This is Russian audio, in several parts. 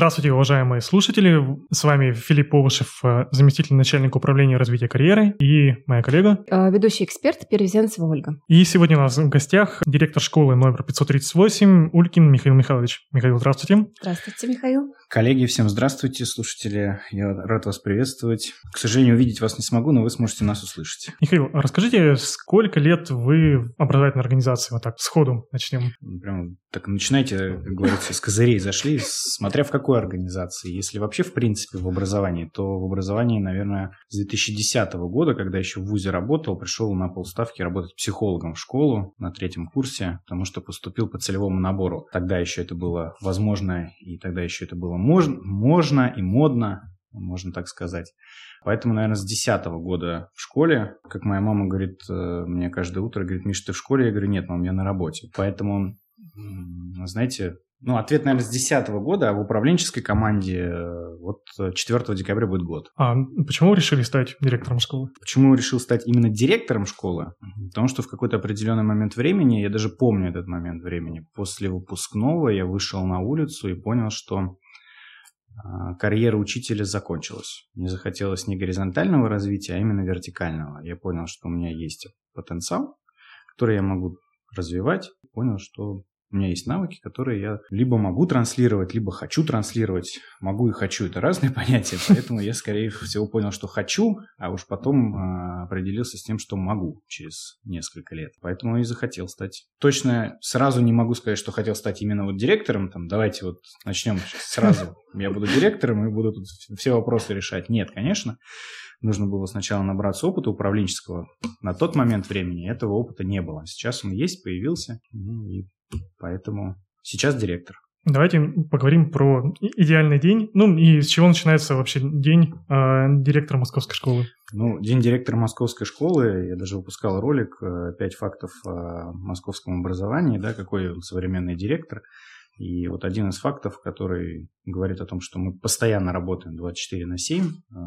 Здравствуйте, уважаемые слушатели. С вами Филипп Овышев, заместитель начальника управления развития карьеры, и моя коллега. Ведущий эксперт Перевезенцева Ольга. И сегодня у нас в гостях директор школы номер 538 Улькин Михаил Михайлович. Михаил, здравствуйте. Здравствуйте, Михаил. Коллеги, всем здравствуйте, слушатели. Я рад вас приветствовать. К сожалению, увидеть вас не смогу, но вы сможете нас услышать. Михаил, расскажите, сколько лет вы в образовательной организации? Вот так, сходу начнем. Прям так начинайте, как говорится, с козырей зашли, смотря в какой организации. Если вообще, в принципе, в образовании, то в образовании, наверное, с 2010 года, когда еще в вузе работал, пришел на полставки работать психологом в школу на 3-м курсе, потому что поступил по целевому набору. Тогда еще это было возможно, и тогда еще это было можно и модно, можно так сказать. Поэтому, наверное, с 2010 года в школе, как моя мама говорит мне каждое утро, говорит: Миш, ты в школе? Я говорю: нет, мам, я на работе. Поэтому, знаете, ответ, наверное, с 2010 года, а в управленческой команде вот 4 декабря будет год. А почему вы решили стать директором школы? Почему я решил стать именно директором школы? Потому что в какой-то определенный момент времени, я даже помню этот момент времени, после выпускного я вышел на улицу и понял, что карьера учителя закончилась. Мне захотелось не горизонтального развития, а именно вертикального. Я понял, что у меня есть потенциал, который я могу развивать. Понял, что у меня есть навыки, которые я либо могу транслировать, либо хочу транслировать. Могу и хочу – это разные понятия, поэтому я, скорее всего, понял, что хочу, а уж потом определился с тем, что могу через несколько лет. Поэтому и захотел стать. Точно сразу не могу сказать, что хотел стать именно вот директором. Давайте вот начнем сразу. Я буду директором и буду тут все вопросы решать. Нет, конечно. Нужно было сначала набраться опыта управленческого. На тот момент времени этого опыта не было. Сейчас он есть, появился, и поэтому сейчас директор. Давайте поговорим про идеальный день. И с чего начинается вообще день директора Московской школы? День директора Московской школы, я даже выпускал ролик «5 фактов о московском образовании», какой он современный директор. И вот один из фактов, который говорит о том, что мы постоянно работаем 24/7,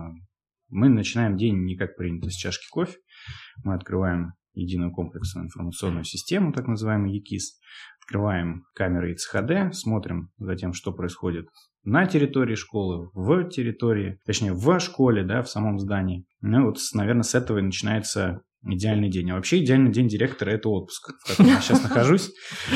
мы начинаем день не как принято с чашки кофе. Мы открываем единую комплексную информационную систему, так называемый ЕКИС. Открываем камеры ИЦХД, смотрим за тем, что происходит на территории школы, в школе, в самом здании. Наверное, с этого и начинается идеальный день. А вообще идеальный день директора – это отпуск, в котором я сейчас нахожусь.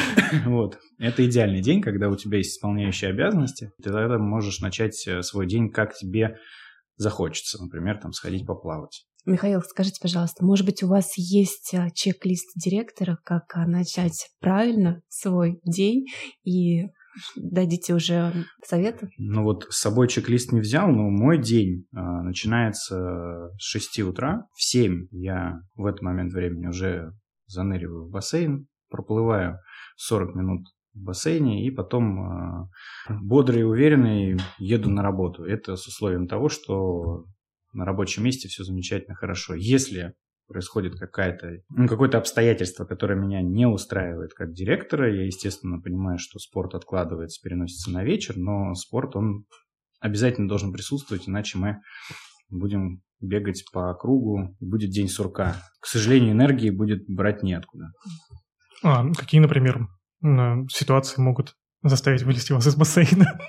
Это идеальный день, когда у тебя есть исполняющие обязанности. Ты тогда можешь начать свой день, как тебе захочется, например, сходить поплавать. Михаил, скажите, пожалуйста, может быть, у вас есть чек-лист директора, как начать правильно свой день, и дадите уже советы? С собой чек-лист не взял, но мой день начинается с 6 утра. В 7 я в этот момент времени уже заныриваю в бассейн, проплываю 40 минут в бассейне и потом бодрый и уверенный еду на работу. Это с условием того, что на рабочем месте все замечательно, хорошо. Если происходит какое-то обстоятельство, которое меня не устраивает как директора, я, естественно, понимаю, что спорт откладывается, переносится на вечер, но спорт, он обязательно должен присутствовать, иначе мы будем бегать по кругу, и будет день сурка. К сожалению, энергии будет брать неоткуда. Какие, например, ситуации могут заставить вылезти вас из бассейна?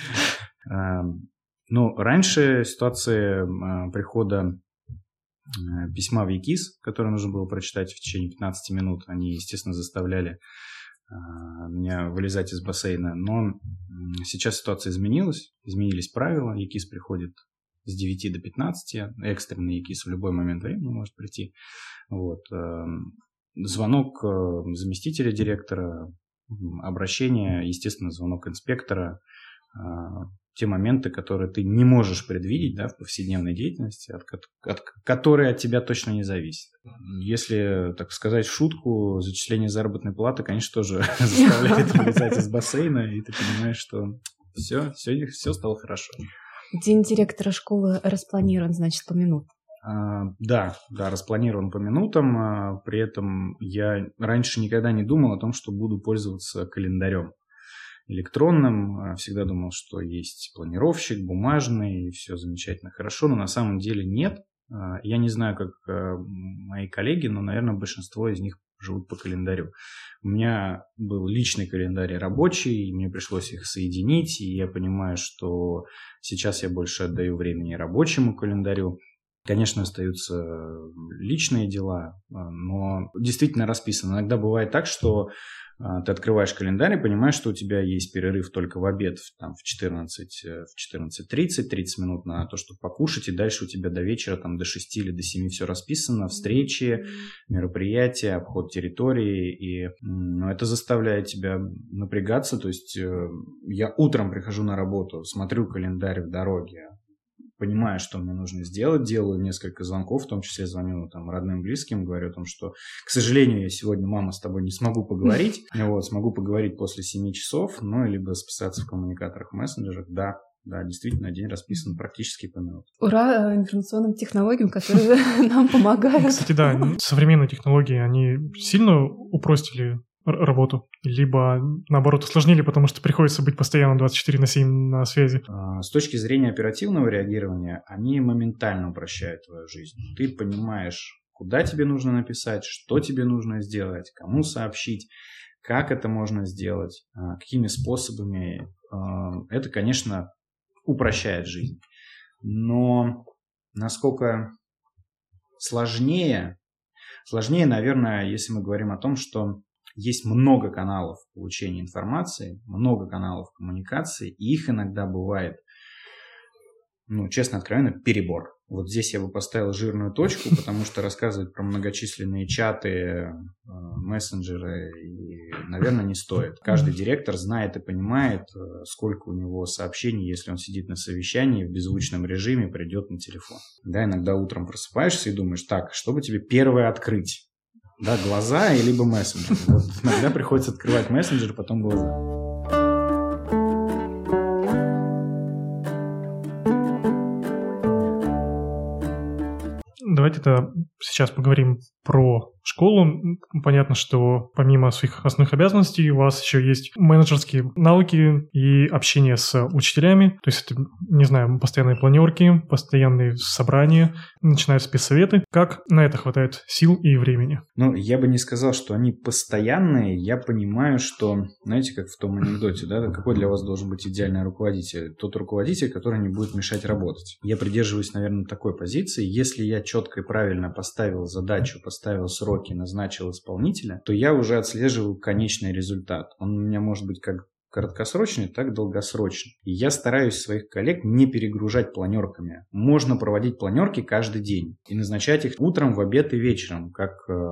Раньше ситуация прихода письма в ЕКИС, которое нужно было прочитать в течение 15 минут, они, естественно, заставляли меня вылезать из бассейна. Но сейчас ситуация изменилась, изменились правила. ЕКИС приходит с 9 до 15, экстренный ЕКИС в любой момент времени может прийти. Звонок заместителя директора, обращение, естественно, звонок инспектора, те моменты, которые ты не можешь предвидеть в повседневной деятельности, которые от тебя точно не зависят. Если, так сказать, в шутку, зачисление заработной платы, конечно, тоже заставляет вылезать из бассейна, и ты понимаешь, что все стало хорошо. День директора школы распланирован, значит, по минутам. Да, распланирован по минутам. При этом я раньше никогда не думал о том, что буду пользоваться календарем электронным. Всегда думал, что есть планировщик, бумажный, и все замечательно, хорошо, но на самом деле нет. Я не знаю, как мои коллеги, но, наверное, большинство из них живут по календарю. У меня был личный календарь рабочий, мне пришлось их соединить, и я понимаю, что сейчас я больше отдаю времени рабочему календарю. Конечно, остаются личные дела, но действительно расписано. Иногда бывает так, что ты открываешь календарь и понимаешь, что у тебя есть перерыв только в обед там, в 14:30, 30 минут на то, чтобы покушать, и дальше у тебя до вечера, там, до 6 или до 7 все расписано, встречи, мероприятия, обход территории, и это заставляет тебя напрягаться. То есть я утром прихожу на работу, смотрю календарь в дороге, понимаю, что мне нужно сделать, делаю несколько звонков, в том числе звоню там родным, близким, говорю о том, что, к сожалению, я сегодня, мама, с тобой не смогу поговорить, смогу поговорить после 7 часов, либо списаться в коммуникаторах, в мессенджерах, да, действительно, день расписан практически по минутам. Ура информационным технологиям, которые нам помогают. Кстати, да, современные технологии, они сильно упростили работу, либо, наоборот, усложнили, потому что приходится быть постоянно 24/7 на связи? С точки зрения оперативного реагирования, они моментально упрощают твою жизнь. Ты понимаешь, куда тебе нужно написать, что тебе нужно сделать, кому сообщить, как это можно сделать, какими способами. Это, конечно, упрощает жизнь. Но насколько сложнее, наверное, если мы говорим о том, что есть много каналов получения информации, много каналов коммуникации, и их иногда бывает, честно, откровенно, перебор. Вот здесь я бы поставил жирную точку, потому что рассказывать про многочисленные чаты, мессенджеры, наверное, не стоит. Каждый директор знает и понимает, сколько у него сообщений, если он сидит на совещании в беззвучном режиме, придет на телефон. Да, иногда утром просыпаешься и думаешь, так, чтобы тебе первое открыть? Да, глаза и либо мессенджер. Вот иногда приходится открывать мессенджер, потом глаза. Давайте сейчас поговорим про школу. Понятно, что помимо своих основных обязанностей у вас еще есть менеджерские навыки и общение с учителями. То есть это, не знаю, постоянные планерки, постоянные собрания, начинаются спецсоветы. Как на это хватает сил и времени? Я бы не сказал, что они постоянные. Я понимаю, что, знаете, как в том анекдоте, да, какой для вас должен быть идеальный руководитель? Тот руководитель, который не будет мешать работать. Я придерживаюсь, наверное, такой позиции. Если я четко и правильно поставил задачу, поставил сроки, назначил исполнителя, то я уже отслеживаю конечный результат. Он у меня может быть как краткосрочный, так и долгосрочный. И я стараюсь своих коллег не перегружать планерками. Можно проводить планерки каждый день и назначать их утром, в обед и вечером, как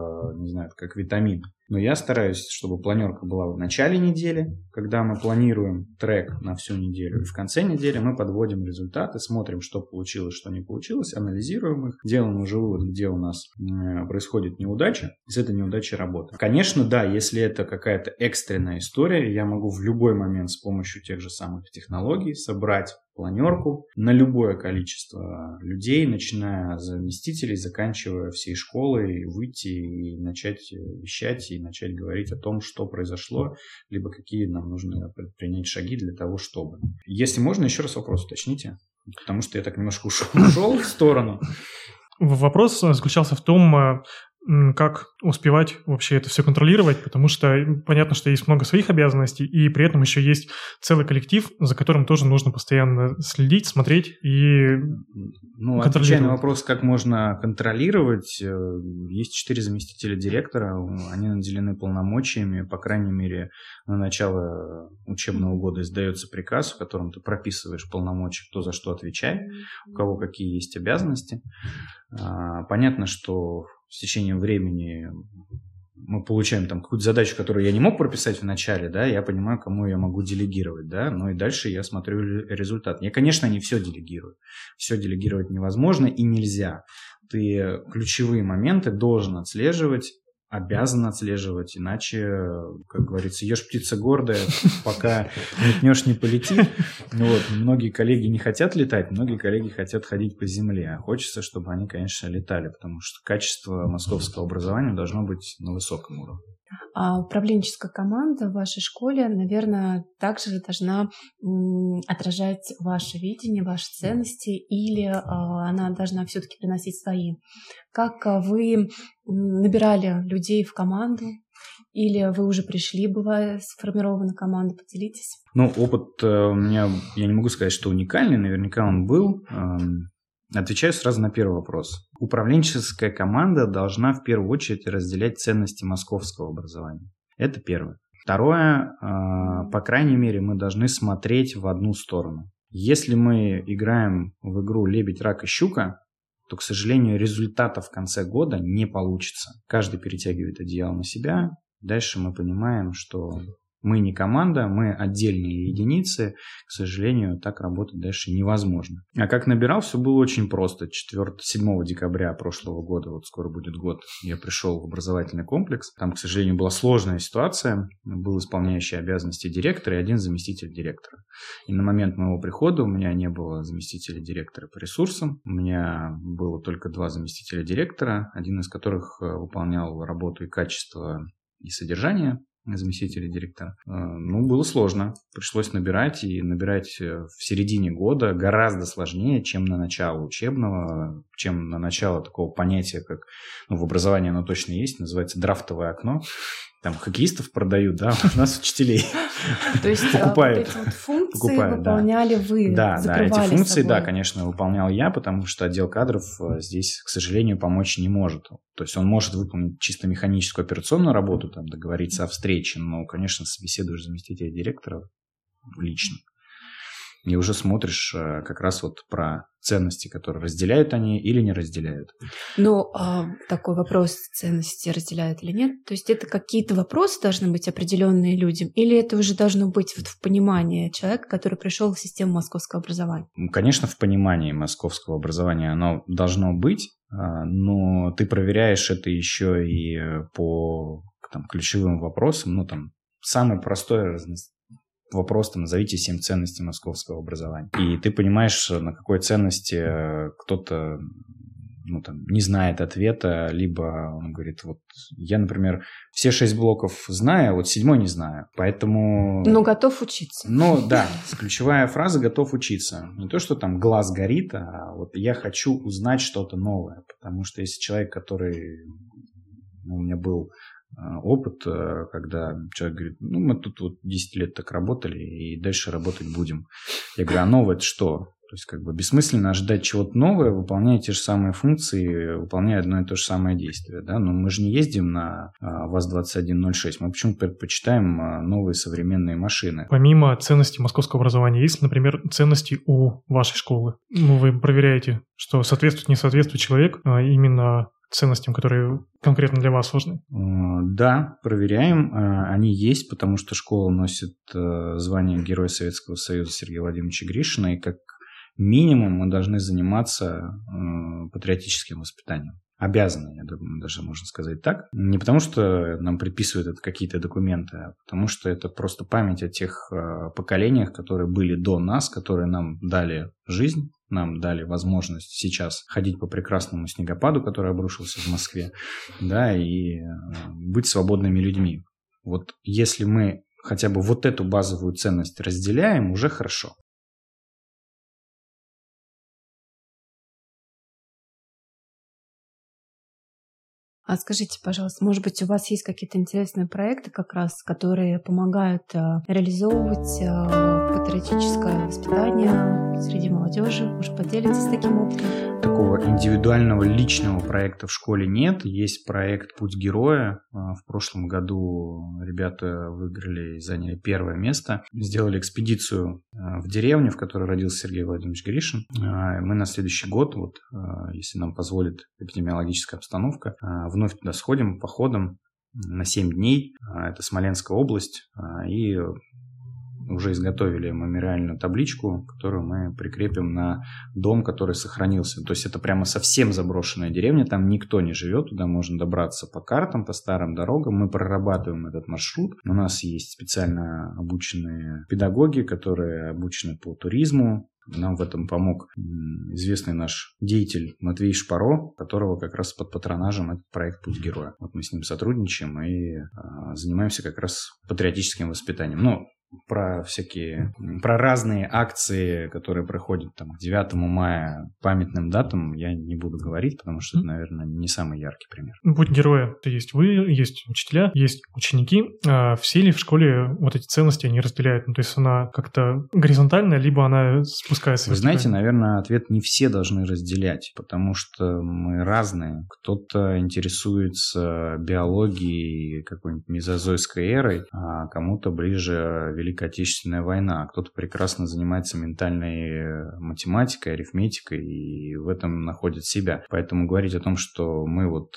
витамин. Но я стараюсь, чтобы планерка была в начале недели, когда мы планируем трек на всю неделю, и в конце недели мы подводим результаты, смотрим, что получилось, что не получилось, анализируем их, делаем уже вывод, где у нас происходит неудача, и с этой неудачей работаем. Конечно, да, если это какая-то экстренная история, я могу в любой момент с помощью тех же самых технологий собрать планерку на любое количество людей, начиная с заместителей, заканчивая всей школой, выйти и начать вещать и начать говорить о том, что произошло, либо какие нам нужно предпринять шаги для того, чтобы. Если можно, еще раз вопрос уточните, потому что я так немножко ушел в сторону. Вопрос заключался в том, как успевать вообще это все контролировать, потому что понятно, что есть много своих обязанностей, и при этом еще есть целый коллектив, за которым тоже нужно постоянно следить, смотреть и контролировать. Отвечая на вопрос, как можно контролировать, есть 4 заместителя директора, они наделены полномочиями, по крайней мере, на начало учебного года издается приказ, в котором ты прописываешь полномочия, кто за что отвечает, у кого какие есть обязанности. Понятно, что с течением времени мы получаем там какую-то задачу, которую я не мог прописать в начале, да, я понимаю, кому я могу делегировать, да, и дальше я смотрю результат. Я, конечно, не все делегирую. Все делегировать невозможно и нельзя. Ты ключевые моменты должен отслеживать, обязан отслеживать, иначе, как говорится, ешь птица гордая, пока метнешь, не полетит. Многие коллеги не хотят летать, многие коллеги хотят ходить по земле, а хочется, чтобы они, конечно, летали, потому что качество московского образования должно быть на высоком уровне. А управленческая команда в вашей школе, наверное, также должна отражать ваше видение, ваши ценности, или она должна все-таки приносить свои. Как вы набирали людей в команду? Или вы уже пришли, бывая сформирована команда? Поделитесь. Опыт у меня, я не могу сказать, что уникальный, наверняка он был. Отвечаю сразу на первый вопрос. Управленческая команда должна в первую очередь разделять ценности московского образования. Это первое. Второе, по крайней мере, мы должны смотреть в одну сторону. Если мы играем в игру «Лебедь, рак и щука», то, к сожалению, результата в конце года не получится. Каждый перетягивает одеяло на себя. Дальше мы понимаем, что мы не команда, мы отдельные единицы. К сожалению, так работать дальше невозможно. А как набирал, все было очень просто. 7 декабря прошлого года, вот скоро будет год, я пришел в образовательный комплекс. Там, к сожалению, была сложная ситуация. Был исполняющий обязанности директора и один заместитель директора. И на момент моего прихода у меня не было заместителя директора по ресурсам. У меня было только 2 заместителя директора, один из которых выполнял работу и качество, и содержание заместителя директора. Было сложно. Пришлось набирать, и набирать в середине года гораздо сложнее, чем на начало учебного, чем на начало такого понятия, как в образовании оно точно есть, называется драфтовое окно. Там хоккеистов продают, да, у нас учителей то есть покупают. Вот эти вот функции выполняли вы, да, эти функции, собой. Да, конечно, выполнял я, потому что отдел кадров здесь, к сожалению, помочь не может. То есть он может выполнить чисто механическую операционную работу, там, договориться о встрече, но, конечно, собеседуешь заместителя директора лично. И уже смотришь как раз вот про ценности, которые разделяют они или не разделяют. Такой вопрос, ценности разделяют или нет. То есть это какие-то вопросы должны быть определенные людям, или это уже должно быть вот в понимании человека, который пришел в систему московского образования? Конечно, в понимании московского образования оно должно быть, но ты проверяешь это еще и по ключевым вопросам. Самый простой вопрос, назовите 7 ценностей московского образования. И ты понимаешь, на какой ценности кто-то не знает ответа, либо он говорит, я, например, все 6 блоков знаю, а вот 7 не знаю. Поэтому... готов учиться. Да, ключевая фраза «готов учиться». Не то, что там глаз горит, а я хочу узнать что-то новое. Потому что если человек, который... у меня был опыт, когда человек говорит, мы тут 10 лет так работали и дальше работать будем. Я говорю, а новое это что? То есть бессмысленно ожидать чего-то новое, выполняя те же самые функции, выполняя одно и то же самое действие. Да? Но мы же не ездим на ВАЗ-2106, мы почему-то предпочитаем новые современные машины. Помимо ценностей московского образования, есть, например, ценности у вашей школы? Вы проверяете, что соответствует, не соответствует человек именно ценностям, которые конкретно для вас важны? Да, проверяем. Они есть, потому что школа носит звание Героя Советского Союза Сергея Владимировича Гришина, и как минимум мы должны заниматься патриотическим воспитанием. Обязаны, я думаю, даже можно сказать так. Не потому, что нам предписывают это какие-то документы, а потому что это просто память о тех поколениях, которые были до нас, которые нам дали жизнь, нам дали возможность сейчас ходить по прекрасному снегопаду, который обрушился в Москве, да, и быть свободными людьми. Если мы хотя бы эту базовую ценность разделяем, уже хорошо. А скажите, пожалуйста, может быть, у вас есть какие-то интересные проекты, как раз, которые помогают реализовывать патриотическое воспитание среди молодежи? Может, поделитесь таким опытом? Такого индивидуального личного проекта в школе нет. Есть проект «Путь героя». В прошлом году ребята выиграли и заняли 1 место. Сделали экспедицию в деревню, в которой родился Сергей Владимирович Гришин. Мы на следующий год, если нам позволит эпидемиологическая обстановка, вновь туда сходим походом на 7 дней. Это Смоленская область. И уже изготовили мемориальную табличку, которую мы прикрепим на дом, который сохранился. То есть это прямо совсем заброшенная деревня, там никто не живет, туда можно добраться по картам, по старым дорогам. Мы прорабатываем этот маршрут. У нас есть специально обученные педагоги, которые обучены по туризму, Нам в этом помог известный наш деятель Матвей Шпаро, которого как раз под патронажем этот проект «Путь героя». Вот мы с ним сотрудничаем и занимаемся как раз патриотическим воспитанием. Ну, про разные акции, которые проходят там к 9 мая памятным датам, я не буду говорить, потому что это, наверное, не самый яркий пример. Путь героя. Это есть вы, есть учителя, есть ученики. Все ли в школе вот эти ценности они разделяют? Ну, то есть она как-то горизонтальная, либо она спускается Вы вертикально? знаете, наверное, ответ не все должны разделять, потому что мы разные. Кто-то интересуется биологией, какой-нибудь мезозойской эрой, а кому-то ближе Великая Отечественная война. Кто-то прекрасно занимается ментальной математикой, арифметикой и в этом находит себя. Поэтому говорить о том, что мы вот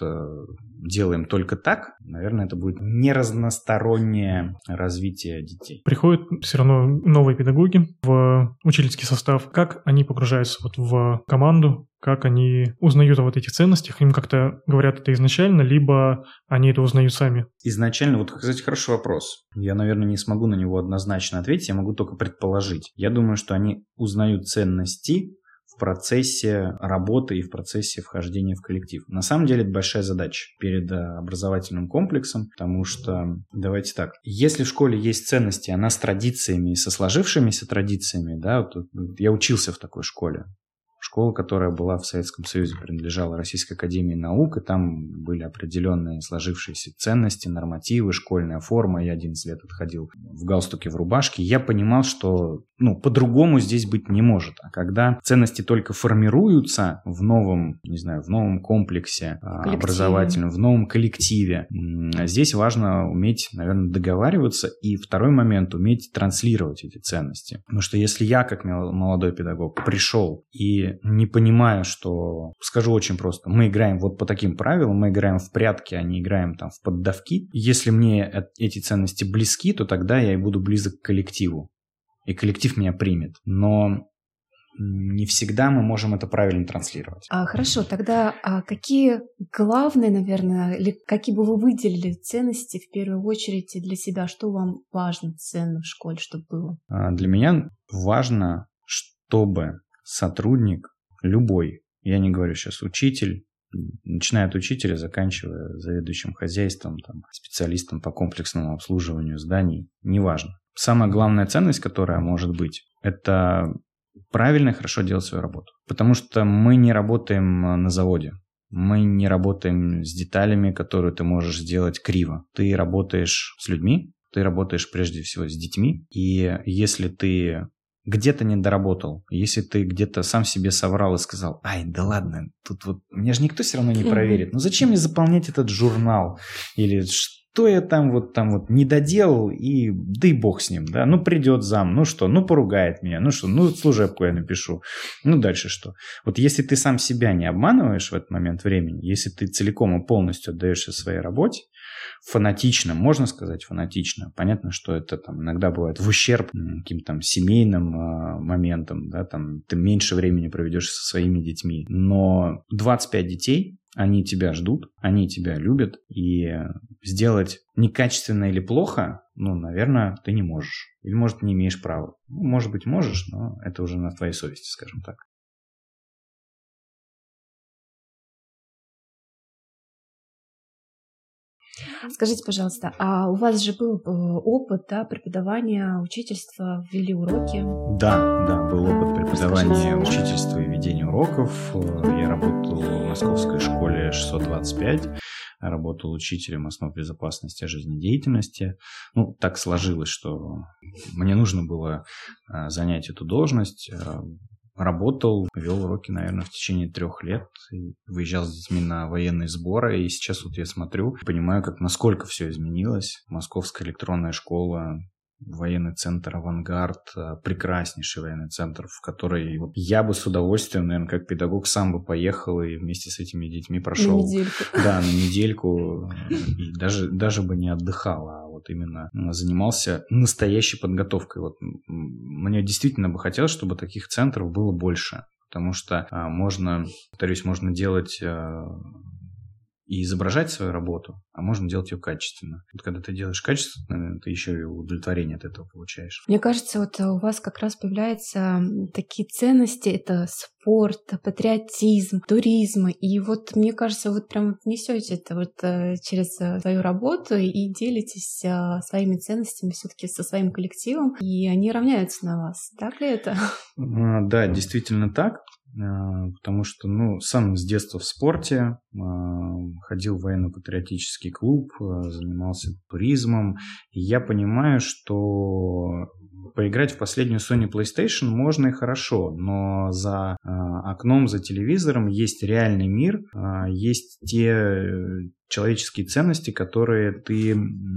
делаем только так, наверное, это будет не разностороннее развитие детей. Приходят все равно новые педагоги в учительский состав. Как они погружаются вот в команду? Как они узнают о вот этих ценностях? Им как-то говорят это изначально, либо они это узнают сами? Изначально, вот, кстати, хороший вопрос. Я, наверное, не смогу на него однозначно ответить, я могу только предположить. Я думаю, что они узнают ценности в процессе работы и в процессе вхождения в коллектив. На самом деле это большая задача перед образовательным комплексом, потому что, давайте так, если в школе есть ценности, она с традициями, со сложившимися традициями, да, вот я учился в такой школе. Школа, которая была в Советском Союзе, принадлежала Российской академии наук, и там были определенные сложившиеся ценности, нормативы, школьная форма. Я 11 лет отходил в галстуке, в рубашке. Я понимал, что по-другому здесь быть не может. А когда ценности только формируются в новом, не знаю, в новом комплексе образовательном, в новом коллективе, здесь важно уметь, наверное, договариваться и второй момент, уметь транслировать эти ценности. Потому что если я, как молодой педагог, пришел и не понимая, что, скажу очень просто, мы играем вот по таким правилам, мы играем в прятки, а не играем там в поддавки. Если мне эти ценности близки, то тогда я и буду близок к коллективу. И коллектив меня примет. Но не всегда мы можем это правильно транслировать. Хорошо, тогда какие главные, наверное, или какие бы вы выделили ценности в первую очередь для себя? Что вам важно, ценно в школе, чтобы было? Для меня важно, чтобы сотрудник, любой, я не говорю сейчас учитель, начиная от учителя, заканчивая заведующим хозяйством, там, специалистом по комплексному обслуживанию зданий, неважно. Самая главная ценность, которая может быть, это правильно и хорошо делать свою работу. Потому что мы не работаем на заводе. Мы не работаем с деталями, которые ты можешь сделать криво. Ты работаешь с людьми, ты работаешь прежде всего с детьми. И если ты где-то не доработал, если ты где-то сам себе соврал и сказал, ай, да ладно, тут вот меня же никто все равно не проверит. Ну зачем мне заполнять этот журнал? Или что я там вот не доделал, и да и бог с ним, да? Ну придет зам, ну что, ну поругает меня, ну что, ну служебку я напишу, ну дальше что? Вот если ты сам себя не обманываешь в этот момент времени, если ты целиком и полностью отдаешься своей работе, фанатично, можно сказать фанатично. Понятно, что это там иногда бывает в ущерб каким-то там семейным моментам, да, там ты меньше времени проведешь со своими детьми. Но 25 детей, они тебя ждут, они тебя любят, и сделать некачественно или плохо, наверное, ты не можешь. Или, может, не имеешь права. Может быть, можешь, но это уже на твоей совести, скажем так. Скажите, пожалуйста, а у вас же был опыт, да, преподавания, учительства, ввели уроки? Да, был опыт преподавания, учительства и ведения уроков. Я работал в московской школе 625, работал учителем основ безопасности жизнедеятельности. Так сложилось, что мне нужно было занять эту должность. Работал, вел уроки, наверное, в течение 3 лет. И выезжал с детьми на военные сборы. И сейчас вот я смотрю, понимаю, насколько все изменилось. Московская электронная школа, военный центр «Авангард», прекраснейший военный центр, в который я бы с удовольствием, наверное, как педагог сам бы поехал и вместе с этими детьми прошел. На недельку. Да, на недельку. И даже бы не отдыхал, а именно занимался настоящей подготовкой. Мне действительно бы хотелось, чтобы таких центров было больше, потому что можно делать и изображать свою работу, а можно делать ее качественно. Вот когда ты делаешь качественно, ты еще и удовлетворение от этого получаешь. Мне кажется, вот у вас как раз появляются такие ценности, это спорт, патриотизм, туризм. И вот мне кажется, вот прям несете это вот через свою работу и делитесь своими ценностями все-таки со своим коллективом, и они равняются на вас. Так ли это? Да, действительно так. Потому что, сам с детства в спорте, ходил в военно-патриотический клуб, занимался туризмом, и я понимаю, что поиграть в последнюю Sony PlayStation можно и хорошо, но за окном, за телевизором есть реальный мир, есть те человеческие ценности, которые ты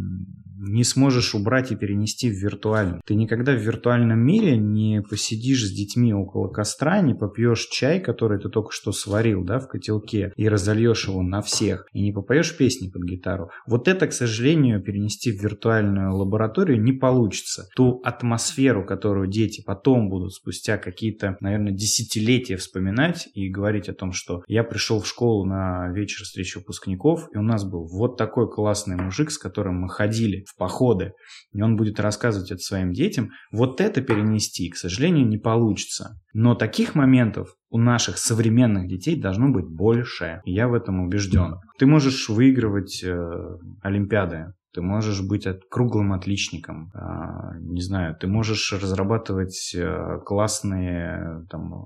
не сможешь убрать и перенести в виртуальный. Ты никогда в виртуальном мире не посидишь с детьми около костра, не попьешь чай, который ты только что сварил, в котелке, и разольешь его на всех, и не попоешь песни под гитару. Вот это, к сожалению, перенести в виртуальную лабораторию не получится. Ту атмосферу, которую дети потом будут спустя какие-то, наверное, десятилетия вспоминать и говорить о том, что я пришел в школу на вечер встречи выпускников, и у нас был вот такой классный мужик, с которым мы ходили в походы, и он будет рассказывать это своим детям, вот это перенести, к сожалению, не получится. Но таких моментов у наших современных детей должно быть больше. И я в этом убежден. Ты можешь выигрывать олимпиады, ты можешь быть круглым отличником, не знаю, ты можешь разрабатывать классные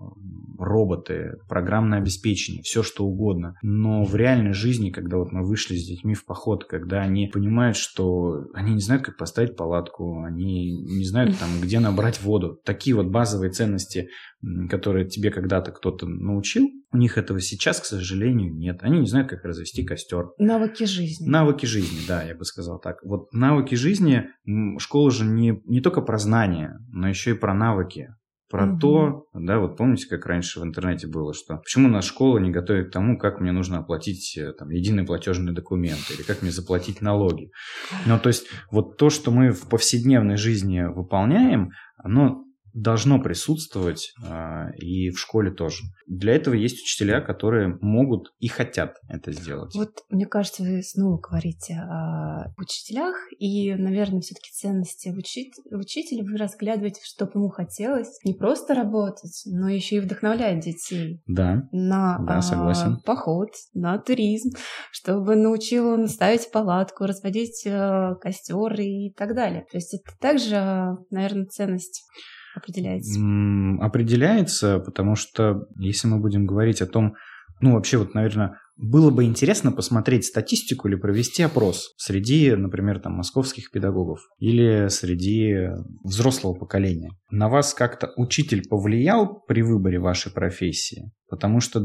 роботы, программное обеспечение, все что угодно. Но в реальной жизни, когда вот мы вышли с детьми в поход, когда они понимают, что они не знают, как поставить палатку, они не знают, где набрать воду. Такие вот базовые ценности, которые тебе когда-то кто-то научил, у них этого сейчас, к сожалению, нет. Они не знают, как развести костер. Навыки жизни. Навыки жизни, да, я бы сказал так. Вот навыки жизни, школа же не только про знания, но еще и про навыки. Про то, вот помните, как раньше в интернете было, что почему нас школа не готовит к тому, как мне нужно оплатить единый платежный документ или как мне заплатить налоги. То есть вот то, что мы в повседневной жизни выполняем, оно должно присутствовать и в школе тоже. Для этого есть учителя, которые могут и хотят это сделать. Вот, мне кажется, вы снова говорите о учителях, и, наверное, все-таки ценности учителя вы разглядываете, чтобы ему хотелось не просто работать, но еще и вдохновлять детей. Да, согласен. Поход, на туризм, чтобы научил он ставить палатку, разводить костер и так далее. То есть это также, наверное, ценность. Определяется? Определяется, потому что если мы будем говорить о том, вообще наверное, было бы интересно посмотреть статистику или провести опрос среди, например, московских педагогов или среди взрослого поколения. На вас как-то учитель повлиял при выборе вашей профессии? Потому что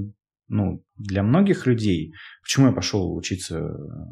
для многих людей, почему я пошел учиться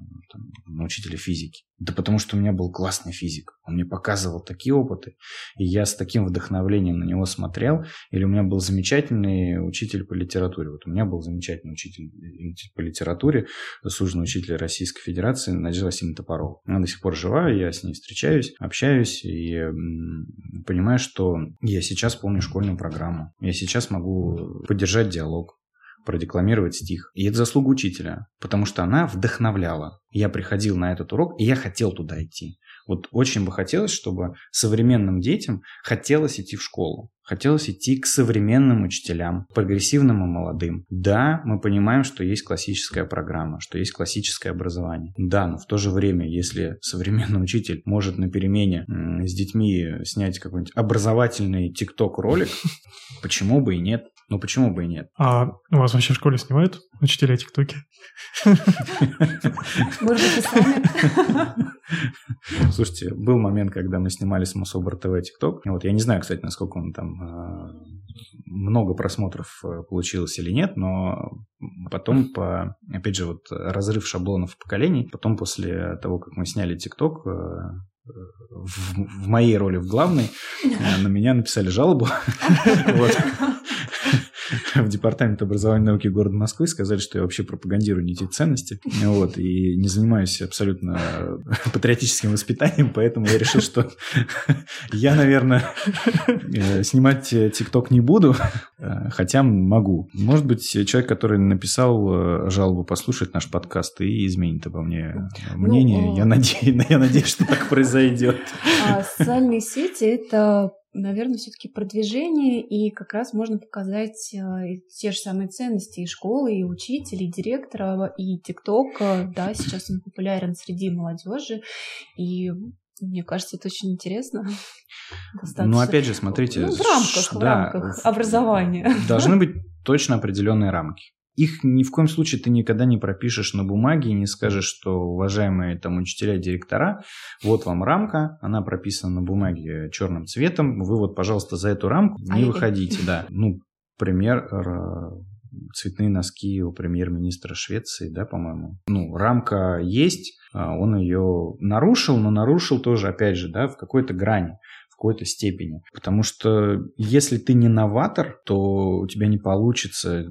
на учителя физики? Да потому что у меня был классный физик, он мне показывал такие опыты, и я с таким вдохновлением на него смотрел. Или у меня был замечательный учитель по литературе. Вот у меня был замечательный учитель по литературе, заслуженный учитель Российской Федерации Надежда Васильевна Топорова. Она до сих пор жива, я с ней встречаюсь, общаюсь и понимаю, что я сейчас помню школьную программу, я сейчас могу поддержать диалог, продекламировать стих. И это заслуга учителя, потому что она вдохновляла. Я приходил на этот урок, и я хотел туда идти. Вот очень бы хотелось, чтобы современным детям хотелось идти в школу. Хотелось идти к современным учителям, прогрессивным и молодым. Да, мы понимаем, что есть классическая программа, что есть классическое образование. Да, но в то же время, если современный учитель может на перемене с детьми снять какой-нибудь образовательный ТикТок-ролик, почему бы и нет? Почему бы и нет? А у вас вообще в школе снимают учителя ТикТоки? Может быть, и сами? Слушайте, был момент, когда мы снимали с Мособр ТВ ТикТок. Я не знаю, кстати, насколько он много просмотров получилось или нет, но потом, опять же, разрыв шаблонов поколений, потом после того, как мы сняли ТикТок, в моей роли в главной, на меня написали жалобу. в департамент образования и науки города Москвы, сказали, что я вообще пропагандирую не те ценности, вот, и не занимаюсь абсолютно патриотическим воспитанием, поэтому я решил, что я, наверное, снимать ТикТок не буду, хотя могу. Может быть, человек, который написал жалобу, послушает наш подкаст и изменит обо мне мнение. Я надеюсь, что так произойдет. Социальные сети — это, наверное, все-таки продвижение, и как раз можно показать те же самые ценности и школы, и учителей, и директора, и ТикТок. Да, сейчас он популярен среди молодежи, и мне кажется, это очень интересно. Ну, опять же, смотрите. В рамках образования. Должны быть точно определенные рамки. Их ни в коем случае ты никогда не пропишешь на бумаге и не скажешь, что, уважаемые там учителя и директора, вот вам рамка, она прописана на бумаге черным цветом, вы вот, пожалуйста, за эту рамку не выходите. Да. Ну, пример, цветные носки у премьер-министра Швеции, да, по-моему. Ну, рамка есть, он ее нарушил, но нарушил тоже, опять же, да, в какой-то грани, в какой-то степени. Потому что если ты не новатор, то у тебя не получится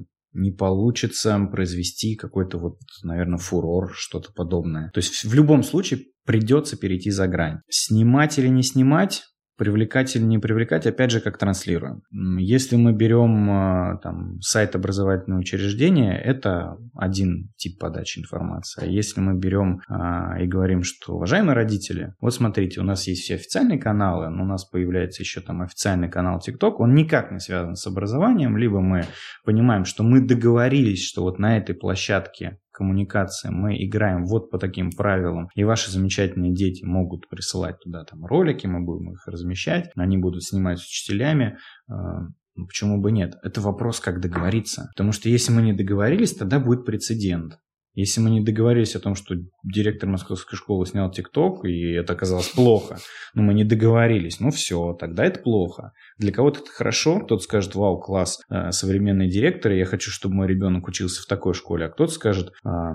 произвести какой-то вот, наверное, фурор, что-то подобное. То есть в любом случае придется перейти за грань. Снимать или не снимать, привлекать или не привлекать, опять же, как транслируем. Если мы берем там, сайт образовательного учреждения, это один тип подачи информации. А если мы берем и говорим, что, уважаемые родители, вот смотрите, у нас есть все официальные каналы, но у нас появляется еще там официальный канал TikTok, он никак не связан с образованием, либо мы понимаем, что мы договорились, что вот на этой площадке коммуникации мы играем вот по таким правилам, и ваши замечательные дети могут присылать туда там ролики, мы будем их размещать, они будут снимать с учителями, почему бы нет? Это вопрос, как договориться, потому что если мы не договорились, тогда будет прецедент. Если мы не договорились о том, что директор московской школы снял ТикТок, и это оказалось плохо, но мы не договорились, ну все, тогда это плохо. Для кого-то это хорошо, кто-то скажет, вау, класс, современный директор, я хочу, чтобы мой ребенок учился в такой школе, а кто-то скажет,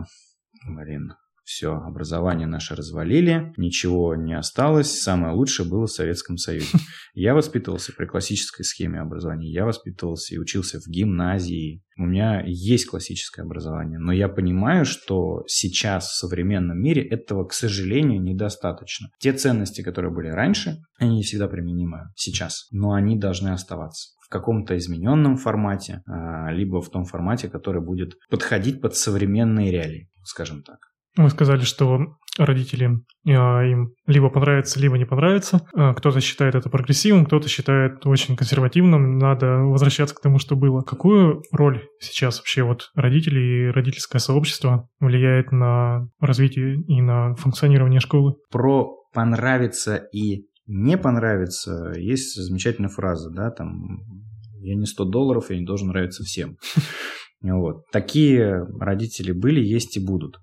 все, образование наше развалили, ничего не осталось, самое лучшее было в Советском Союзе. Я воспитывался при классической схеме образования, я воспитывался и учился в гимназии. У меня есть классическое образование, но я понимаю, что сейчас в современном мире этого, к сожалению, недостаточно. Те ценности, которые были раньше, они не всегда применимы сейчас, но они должны оставаться в каком-то измененном формате, либо в том формате, который будет подходить под современные реалии, скажем так. Вы сказали, что родители им либо понравится, либо не понравится. Кто-то считает это прогрессивным, кто-то считает очень консервативным. Надо возвращаться к тому, что было. Какую роль сейчас вообще вот родители и родительское сообщество влияет на развитие и на функционирование школы? Про понравится и не понравится есть замечательная фраза, да, там «я не $100, я не должен нравиться всем». Вот. Такие родители были, есть и будут.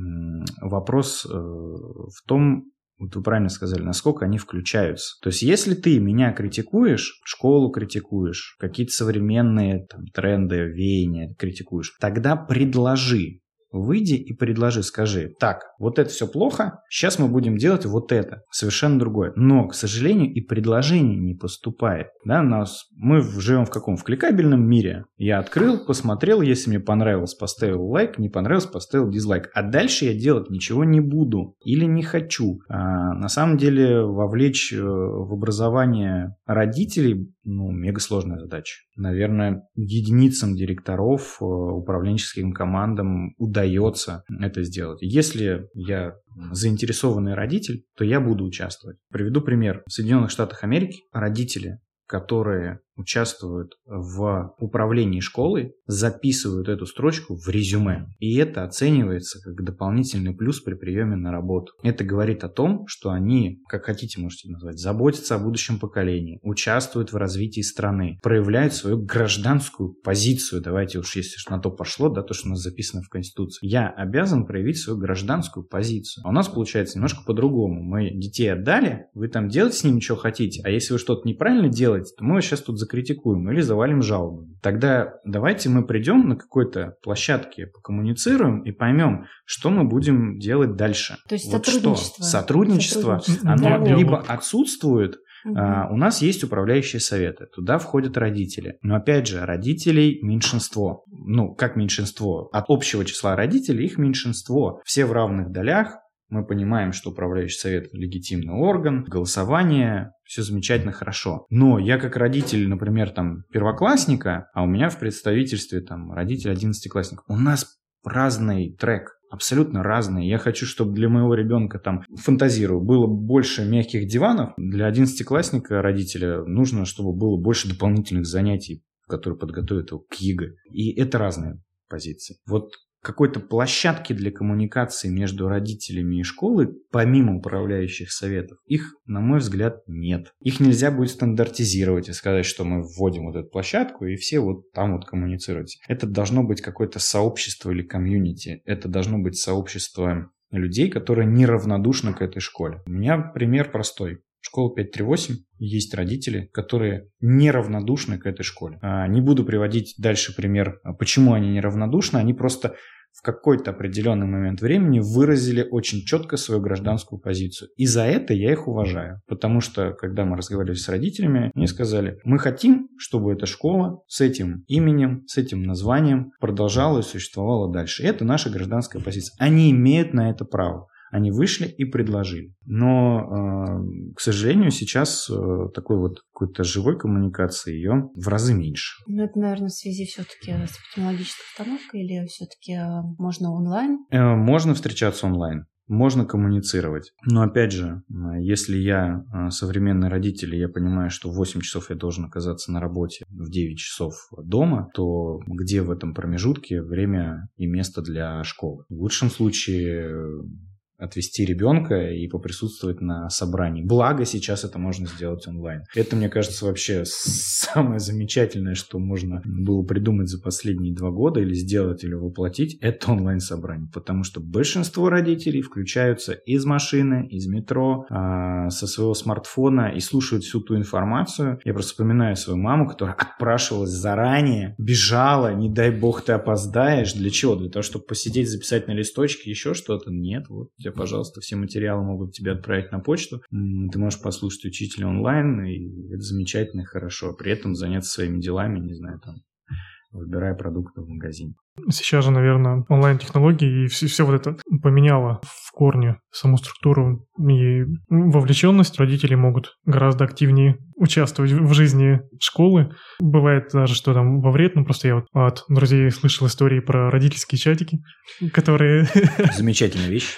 Вопрос в том, вот вы правильно сказали, насколько они включаются. То есть, если ты меня критикуешь, школу критикуешь, какие-то современные там, тренды, веяния критикуешь, тогда предложи. Выйди и предложи, скажи, так, вот это все плохо, сейчас мы будем делать вот это, совершенно другое. Но, к сожалению, и предложение не поступает. Да, мы живем в каком? В кликабельном мире. Я открыл, посмотрел, если мне понравилось, поставил лайк, не понравилось, поставил дизлайк. А дальше я делать ничего не буду или не хочу. На самом деле, вовлечь в образование родителей, мега сложная задача. Наверное, единицам директоров, управленческим командам удается это сделать. Если я заинтересованный родитель, то я буду участвовать. Приведу пример. В Соединенных Штатах Америки родители, которые участвуют в управлении школой, записывают эту строчку в резюме. И это оценивается как дополнительный плюс при приеме на работу. Это говорит о том, что они, как хотите, можете назвать, заботятся о будущем поколении, участвуют в развитии страны, проявляют свою гражданскую позицию. Давайте уж, если на то пошло, да, то, что у нас записано в Конституции. Я обязан проявить свою гражданскую позицию. А у нас получается немножко по-другому. Мы детей отдали, вы там делайте с ними, что хотите, а если вы что-то неправильно делаете, то мы вас сейчас тут закритикуем или завалим жалобами. Тогда давайте мы придем на какой-то площадке, покоммуницируем и поймем, что мы будем делать дальше. То есть вот сотрудничество. Сотрудничество, оно либо отсутствует, У нас есть управляющие советы, туда входят родители. Но опять же, родителей меньшинство. Ну, как меньшинство? От общего числа родителей их меньшинство. Все в равных долях. Мы понимаем, что управляющий совет – легитимный орган, голосование, все замечательно, хорошо. Но я как родитель, например, там, первоклассника, а у меня в представительстве там родитель 11-классник, у нас разный трек. Абсолютно разные. Я хочу, чтобы для моего ребенка, там, фантазирую, было больше мягких диванов. Для 11-классника родителя нужно, чтобы было больше дополнительных занятий, которые подготовят его к ЕГЭ. И это разные позиции. Вот какой-то площадки для коммуникации между родителями и школой, помимо управляющих советов, их, на мой взгляд, нет. Их нельзя будет стандартизировать и сказать, что мы вводим вот эту площадку, и все вот там вот коммуницируют. Это должно быть какое-то сообщество или комьюнити. Это должно быть сообщество людей, которые неравнодушны к этой школе. У меня пример простой. Школа 538, есть родители, которые неравнодушны к этой школе. Не буду приводить дальше пример, почему они неравнодушны. Они просто в какой-то определенный момент времени выразили очень четко свою гражданскую позицию. И за это я их уважаю. Потому что, когда мы разговаривали с родителями, мне сказали, мы хотим, чтобы эта школа с этим именем, с этим названием продолжала и существовала дальше. Это наша гражданская позиция. Они имеют на это право. Они вышли и предложили. Но, к сожалению, сейчас такой вот какой-то живой коммуникации ее в разы меньше. Ну, это, наверное, в связи все-таки с эпидемиологической обстановкой или все-таки можно онлайн? Можно встречаться онлайн. Можно коммуницировать. Но опять же, если я современный родитель, и я понимаю, что в 8 часов я должен оказаться на работе, в 9 часов дома, то где в этом промежутке время и место для школы? В лучшем случае отвезти ребенка и поприсутствовать на собрании. Благо, сейчас это можно сделать онлайн. Это, мне кажется, вообще самое замечательное, что можно было придумать за последние 2 года или сделать, или воплотить, это онлайн-собрание. Потому что большинство родителей включаются из машины, из метро, со своего смартфона и слушают всю ту информацию. Я просто вспоминаю свою маму, которая отпрашивалась заранее, бежала, не дай бог ты опоздаешь. Для чего? Для того, чтобы посидеть, записать на листочке еще что-то? Нет, вот пожалуйста, все материалы могут тебе отправить на почту. Ты можешь послушать учителя онлайн, и это замечательно и хорошо. При этом заняться своими делами, не знаю, там, выбирая продукты в магазине. Сейчас же, наверное, онлайн-технологии и все вот это поменяло в корне саму структуру и вовлеченность. Родители могут гораздо активнее участвовать в жизни школы. Бывает даже, что там во вред. Ну, просто я вот от друзей слышал истории про родительские чатики, которые... Замечательная вещь.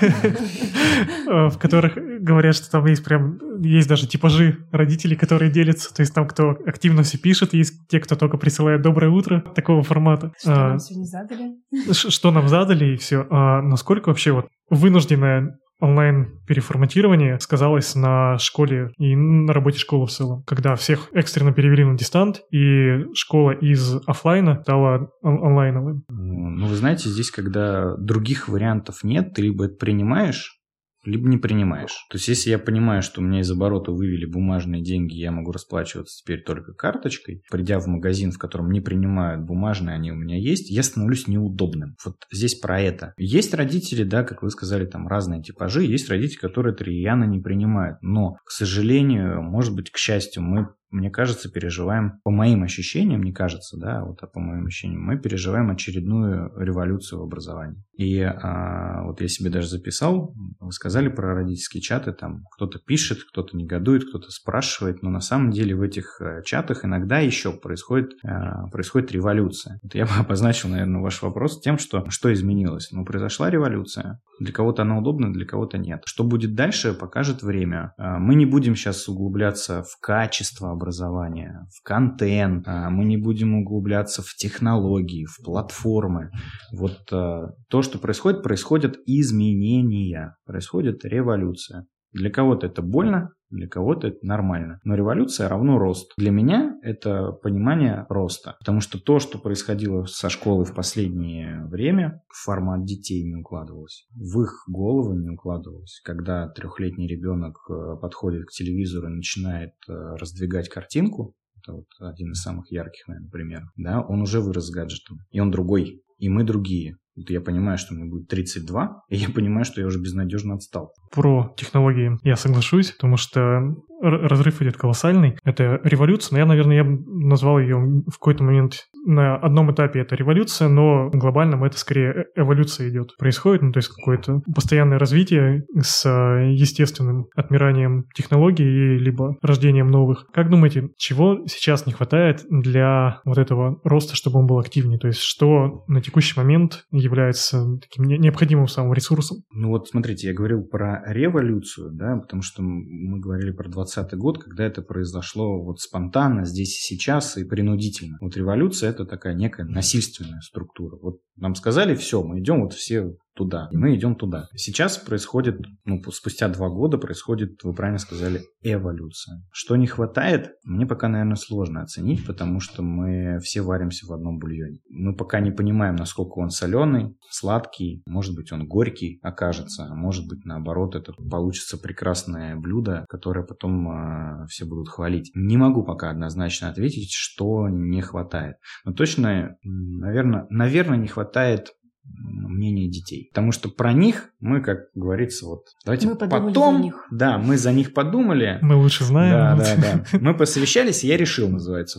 В которых говорят, что там есть даже типажи родителей, которые делятся. То есть там, кто активно все пишет, есть те, кто только присылает «доброе утро», такого формата. Не задали. Что нам задали и все. А насколько вообще вот вынужденное онлайн-переформатирование сказалось на школе и на работе школы в целом, когда всех экстренно перевели на дистант, и школа из офлайна стала онлайновой? Ну, вы знаете, здесь, когда других вариантов нет, ты либо это принимаешь, либо не принимаешь. То есть, если я понимаю, что у меня из оборота вывели бумажные деньги, я могу расплачиваться теперь только карточкой, придя в магазин, в котором не принимают бумажные, они у меня есть, я становлюсь неудобным. Вот здесь про это. Есть родители, да, как вы сказали, там разные типажи, есть родители, которые это рьяно не принимают. Но, к сожалению, может быть, к счастью, мне кажется, переживаем, по моим ощущениям, не кажется, да, вот, а по моим ощущениям, мы переживаем очередную революцию в образовании. И вот я себе даже записал, вы сказали про родительские чаты, там кто-то пишет, кто-то негодует, кто-то спрашивает, но на самом деле в этих чатах иногда еще происходит революция. Вот я бы обозначил, наверное, ваш вопрос тем, что изменилось. Ну, произошла революция. Для кого-то она удобна, для кого-то нет. Что будет дальше, покажет время. Мы не будем сейчас углубляться в качество образования, в контент, мы не будем углубляться в технологии, в платформы. Вот то, что происходят изменения, происходит революция. Для кого-то это больно, для кого-то это нормально. Но революция равно рост. Для меня это понимание роста. Потому что то, что происходило со школой в последнее время, в формат детей не укладывалось. В их головы не укладывалось. Когда 3-летний ребенок подходит к телевизору и начинает раздвигать картинку, это вот один из самых ярких, наверное, примеров, да, он уже вырос с гаджетом. И он другой. И мы другие. Вот я понимаю, что мне будет 32, и я понимаю, что я уже безнадежно отстал. Про технологии я соглашусь, потому что разрыв идет колоссальный. Это революция, но наверное, я бы назвал ее в какой-то момент на одном этапе это революция, но в глобальном это скорее эволюция идет. Происходит, то есть какое-то постоянное развитие с естественным отмиранием технологий либо рождением новых. Как думаете, чего сейчас не хватает для вот этого роста, чтобы он был активнее? То есть что на текущий момент является таким необходимым самым ресурсом? Смотрите, я говорил про революцию, да, потому что мы говорили про 2020 год, когда это произошло спонтанно, здесь и сейчас, и принудительно. Революция – это такая некая насильственная структура. Нам сказали, все, мы идем все туда, и мы идем туда. Сейчас происходит, спустя 2 года происходит, вы правильно сказали, эволюция. Что не хватает, мне пока, наверное, сложно оценить, потому что мы все варимся в одном бульоне. Мы пока не понимаем, насколько он соленый, сладкий, может быть, он горький окажется, а может быть, наоборот, это получится прекрасное блюдо, которое потом все будут хвалить. Не могу пока однозначно ответить, что не хватает. Но точно, наверное, не хватает мнения детей. Потому что про них мы, как говорится, давайте мы потом... за них. Да, мы за них подумали. Мы лучше знаем. Да. Мы посовещались, и я решил, называется.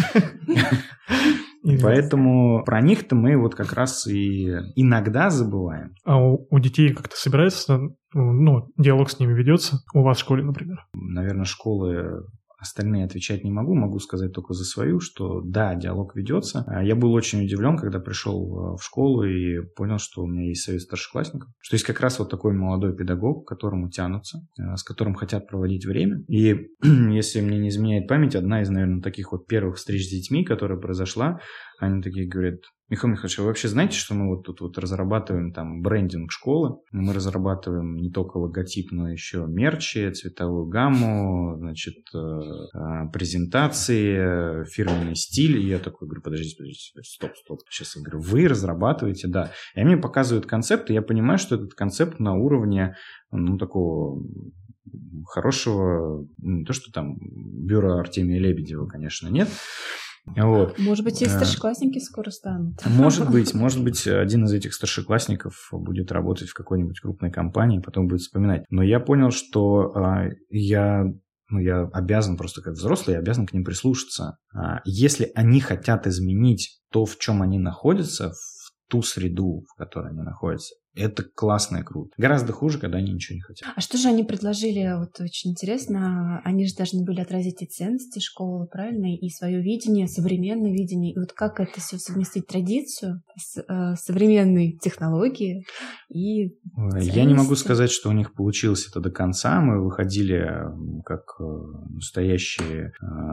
Поэтому про них-то мы как раз и иногда забываем. А у детей как-то собирается, диалог с ними ведется? У вас в школе, например? Наверное, школы... Остальные отвечать не могу сказать только за свою, что да, диалог ведется. Я был очень удивлен, когда пришел в школу и понял, что у меня есть совет старшеклассников, что есть как раз такой молодой педагог, к которому тянутся, с которым хотят проводить время. И если мне не изменяет память, одна из, наверное, таких первых встреч с детьми, которая произошла, они такие говорят: Михаил Михайлович, вы вообще знаете, что мы тут разрабатываем брендинг школы? Мы разрабатываем не только логотип, но еще мерчи, цветовую гамму, презентации, фирменный стиль. И я такой говорю: подождите, стоп. Сейчас я говорю: вы разрабатываете, да. И они мне показывают концепт, и я понимаю, что этот концепт на уровне такого хорошего, не то что бюро Артемия Лебедева, конечно, нет. Может быть, и старшеклассники скоро станут. Может быть, один из этих старшеклассников будет работать в какой-нибудь крупной компании, потом будет вспоминать. Но я понял, что я обязан просто как взрослый, я обязан к ним прислушаться. Если они хотят изменить то, в чем они находятся, в ту среду, в которой они находятся, это классно и круто. Гораздо хуже, когда они ничего не хотят. А что же они предложили? Очень интересно. Они же должны были отразить и ценности школы, правильно? И свое видение, современное видение. И как это все совместить, традицию с современной технологией и ценности? Я не могу сказать, что у них получилось это до конца. Мы выходили как настоящие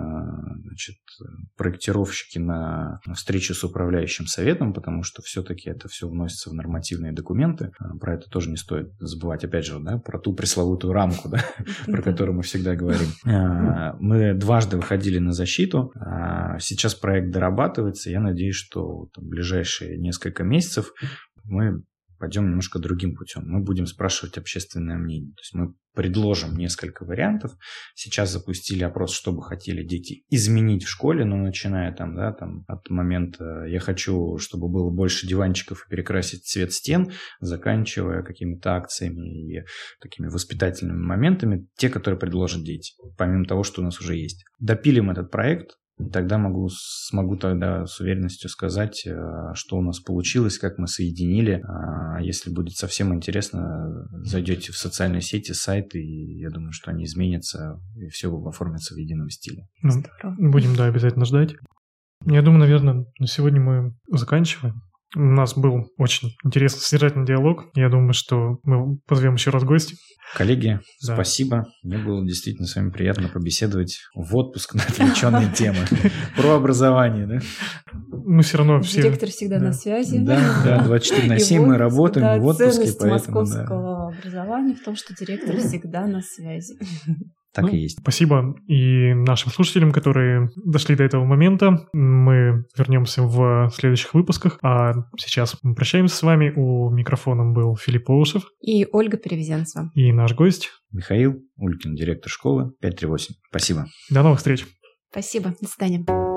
проектировщики на встречу с управляющим советом, потому что все-таки это все вносится в нормативные документы. Про это тоже не стоит забывать, опять же, про ту пресловутую рамку, про которую мы всегда говорим. Мы дважды выходили на защиту, сейчас проект дорабатывается, я надеюсь, что в ближайшие несколько месяцев мы пойдем немножко другим путем. Мы будем спрашивать общественное мнение. То есть мы предложим несколько вариантов. Сейчас запустили опрос, что бы хотели дети изменить в школе, начиная от момента «я хочу, чтобы было больше диванчиков и перекрасить цвет стен», заканчивая какими-то акциями и такими воспитательными моментами, те, которые предложат дети, помимо того, что у нас уже есть. Допилим этот проект, и тогда смогу тогда с уверенностью сказать, что у нас получилось, как мы соединили. Если будет совсем интересно, зайдете в социальные сети, сайт, и я думаю, что они изменятся, и все оформится в едином стиле. Будем, обязательно ждать. Я думаю, наверное, на сегодня мы заканчиваем. У нас был очень интересный, содержательный диалог. Я думаю, что мы позовем еще раз гостей. Коллеги, спасибо. Мне было действительно с вами приятно побеседовать в отпуск на отвлеченные темы про образование. Да? Мы все равно все... Директор всегда на связи. Да, 24/7 мы работаем в отпуске. Ценность московского образования в том, что директор всегда на связи. Так и есть. Спасибо и нашим слушателям, которые дошли до этого момента. Мы вернемся в следующих выпусках. А сейчас мы прощаемся с вами. У микрофона был Филипп Полушев. И Ольга Перевезенцева. И наш гость Михаил Улькин, директор школы 538. Спасибо. До новых встреч. Спасибо. До свидания.